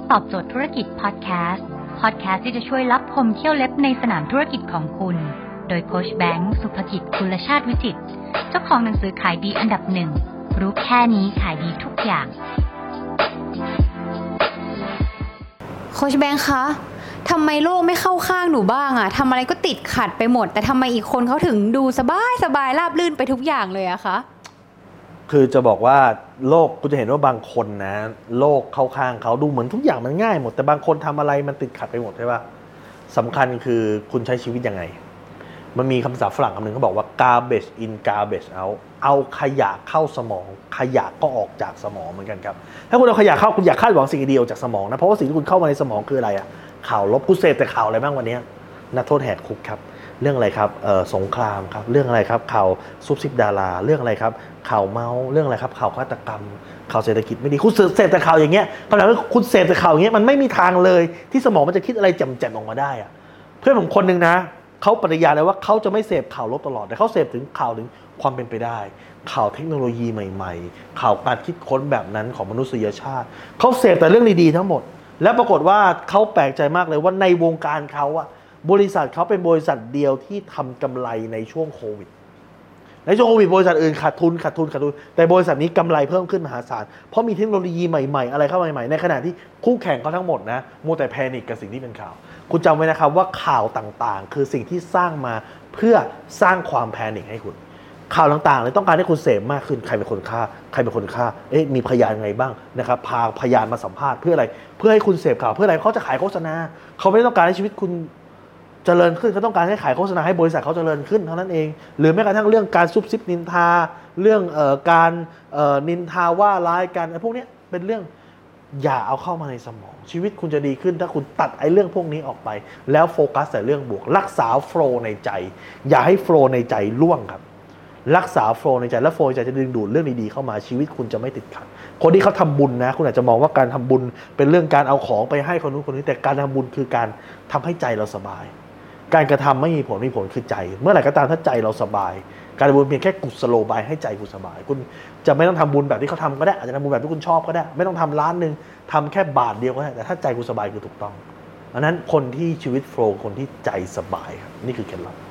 ตอบโจทย์ธุรกิจพอดแคสต์ที่จะช่วยลับพมเที่ยวเล็บในสนามธุรกิจของคุณโดยโค้ชแบงค์สุภกิจกุลชาติวิจิตรเจ้าของหนังสือขายดีอันดับหนึ่งรู้แค่นี้ขายดีทุกอย่างโค้ชแบงค์คะทำไมโลกไม่เข้าข้างหนูบ้างอะทำอะไรก็ติดขัดไปหมดแต่ทำไมอีกคนเขาถึงดูสบายราบรื่นไปทุกอย่างเลยอะคะคือจะบอกว่าโลกคุณจะเห็นว่าบางคนนะโลกเข้าข้างเขาดูเหมือนทุกอย่างมันง่ายหมดแต่บางคนทำอะไรมันติดขัดไปหมดใช่ปะสำคัญคือคุณใช้ชีวิตยังไงมันมีคำศัพท์ฝรั่งคำหนึ่งเขาบอกว่า garbage in garbage out เอาขยะเข้าสมองขยะก็ออกจากสมองเหมือนกันครับถ้าคุณเอาขยะเข้าคุณอยากคาดหวังสิ่งเดียวจากสมองนะเพราะว่าสิ่งที่คุณเข้ามาในสมองคืออะไรอะข่าวลบคุณเสพแต่ข่าวอะไรบ้างวันนี้นักโทษแหกคุกครับเรื่องอะไรครับสงครามครับเรื่องอะไรครับข่าวซุบซิบดาราเรื่องอะไรครับข่าวเมาเรื่องอะไรครับข่าวฆาตกรรมข่าวเศรษฐกิจไม่ดีคุณเสพแต่ข่าวอย่างเงี้ยคำถามคือคุณเสพแต่ข่าวอย่างเงี้ยมันไม่มีทางเลยที่สมองมันจะคิดอะไรแจ่มๆออกมาได้อะเพื่อนผมคนนึงนะเขาปฏิญาณเลยว่าเขาจะไม่เสพข่าวลบตลอดแต่เขาเสพถึงข่าวถึงความเป็นไปได้ข่าวเทคโนโลยีใหม่ๆข่าวการคิดค้นแบบนั้นของมนุษยชาติเขาเสพแต่เรื่องดีๆทั้งหมดแล้วปรากฏว่าเขาแปลกใจมากเลยว่าในวงการเขาอะบริษัทเขาเป็นบริษัทเดียวที่ทำกำไรในช่วงโควิดในช่วงโควิดบริษัทอื่นขาดทุนแต่บริษัทนี้กำไรเพิ่มขึ้นมหาศาลเพราะมีเทคโนโลยีใหม่ๆอะไรเข้ามาใหม่ๆในขณะที่คู่แข่งเขาทั้งหมดนะมัวแต่แพนิคกับสิ่งที่เป็นข่าวคุณจำไว้นะครับว่าข่าวต่างๆคือสิ่งที่สร้างมาเพื่อสร้างความแพนิคให้คุณข่าวต่างๆเลยต้องการให้คุณเสพมากขึ้นใครเป็นคนฆ่ามีพยานยังไงบ้างนะครับพาพยานมาสัมภาษณ์เพื่ออะไรเพื่อให้คุณเสพข่าวเพื่ออะไรเขาจะขายโฆษณาเขาไม่ได้ต้องการให้ชีวิตคุณเจริญขึ้นเขาต้องการให้ขายโฆษณาให้บริษัทเขาเจริญขึ้นเท่านั้นเองหรือแม้กระทั่งเรื่องการซุบซิบนินทาเรื่องการนินทาว่าร้ายกันพวกนี้เป็นเรื่องอย่าเอาเข้ามาในสมองชีวิตคุณจะดีขึ้นถ้าคุณตัดเรื่องพวกนี้ออกไปแล้วโฟกัสแต่เรื่องบวกรักษาโฟลว์ในใจอย่าให้โฟลว์ในใจล่วงครับรักษาโฟลว์ในใจและโฟลว์ในใจจะดึงดูดเรื่องดีๆเข้ามาชีวิตคุณจะไม่ติดขัดคนที่เขาทำบุญนะคุณอาจจะมองว่าการทำบุญเป็นเรื่องการเอาของไปให้คนนู้นคนนี้แต่การทำบุญคือการทำให้ใจเราสบายการกระทำไม่มีผลคือใจเมื่อไหร่ก็ตามถ้าใจเราสบายการทำบุญเพียงแค่กุศโลบายให้ใจคุณสบายคุณจะไม่ต้องทำบุญแบบที่เขาทำก็ได้อาจจะทำบุญแบบที่คุณชอบก็ได้ไม่ต้องทำล้านนึงทำแค่บาทเดียวก็ได้แต่ถ้าใจคุณสบายคือถูกต้องอันนั้นคนที่ชีวิตโฟลว์คนที่ใจสบายครับนี่คือเคล็ดลับ